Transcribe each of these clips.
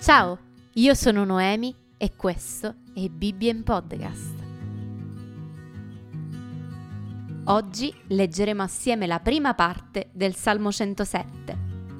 Ciao, io sono Noemi e questo è Bibbia in Podcast. Oggi leggeremo assieme la prima parte del Salmo 107.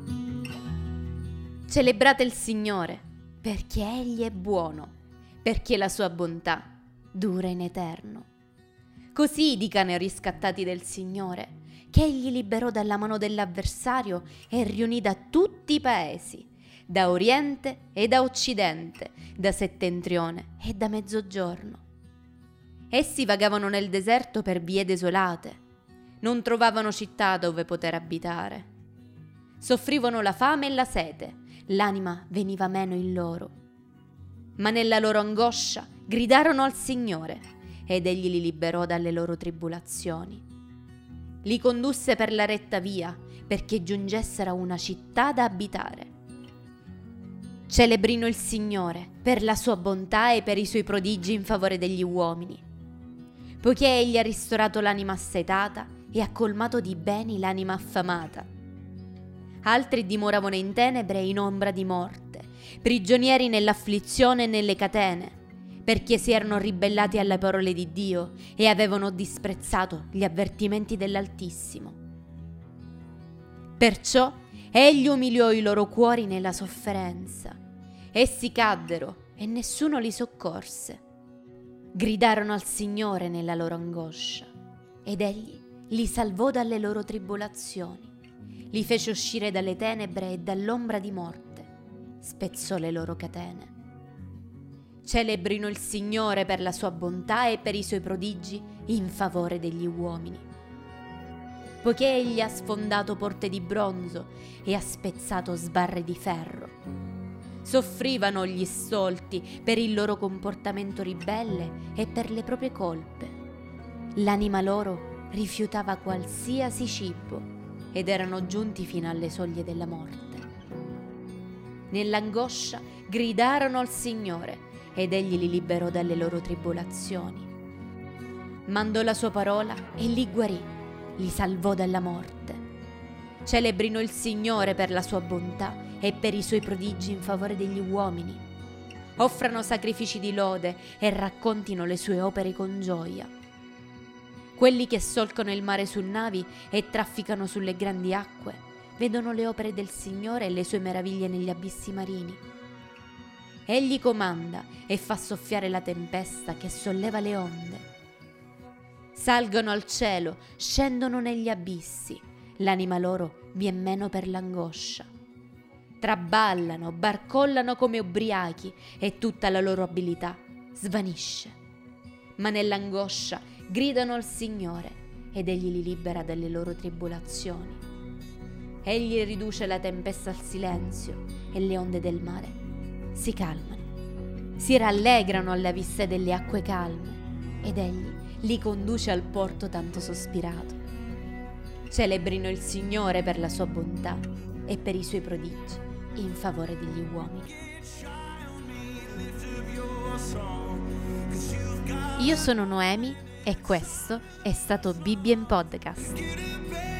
Celebrate il Signore, perché Egli è buono, perché la sua bontà dura in eterno. Così dicano i riscattati del Signore, che Egli liberò dalla mano dell'avversario e riunì da tutti i paesi, da oriente e da occidente, da settentrione e da mezzogiorno. Essi vagavano nel deserto per vie desolate, non trovavano città dove poter abitare. Soffrivano la fame e la sete, l'anima veniva meno in loro. Ma nella loro angoscia gridarono al Signore, ed Egli li liberò dalle loro tribolazioni. Li condusse per la retta via, perché giungessero a una città da abitare. Celebrino il Signore per la sua bontà e per i suoi prodigi in favore degli uomini, poiché Egli ha ristorato l'anima assetata e ha colmato di beni l'anima affamata. Altri dimoravano in tenebre e in ombra di morte, prigionieri nell'afflizione e nelle catene, perché si erano ribellati alle parole di Dio e avevano disprezzato gli avvertimenti dell'Altissimo. Perciò Egli umiliò i loro cuori nella sofferenza. Essi caddero e nessuno li soccorse. Gridarono al Signore nella loro angoscia, ed Egli li salvò dalle loro tribolazioni. Li fece uscire dalle tenebre e dall'ombra di morte. Spezzò le loro catene. Celebrino il Signore per la sua bontà e per i suoi prodigi in favore degli uomini. Poiché Egli ha sfondato porte di bronzo e ha spezzato sbarre di ferro. Soffrivano gli stolti per il loro comportamento ribelle e per le proprie colpe. L'anima loro rifiutava qualsiasi cibo ed erano giunti fino alle soglie della morte. Nell'angoscia gridarono al Signore ed Egli li liberò dalle loro tribolazioni. Mandò la sua parola e li guarì, li salvò dalla morte. Celebrino il Signore per la sua bontà e per i suoi prodigi in favore degli uomini. Offrano sacrifici di lode e raccontino le sue opere con gioia. Quelli che solcano il mare su navi e trafficano sulle grandi acque vedono le opere del Signore e le sue meraviglie negli abissi marini. Egli comanda e fa soffiare la tempesta che solleva le onde. Salgono al cielo, scendono negli abissi, l'anima loro vien meno per l'angoscia. Traballano, barcollano come ubriachi e tutta la loro abilità svanisce. Ma nell'angoscia gridano al Signore ed Egli li libera dalle loro tribolazioni. Egli riduce la tempesta al silenzio e le onde del mare si calmano. Si rallegrano alla vista delle acque calme ed Egli li conduce al porto tanto sospirato. Celebrino il Signore per la sua bontà e per i suoi prodigi in favore degli uomini. Io sono Noemi e questo è stato Bibbia in Podcast.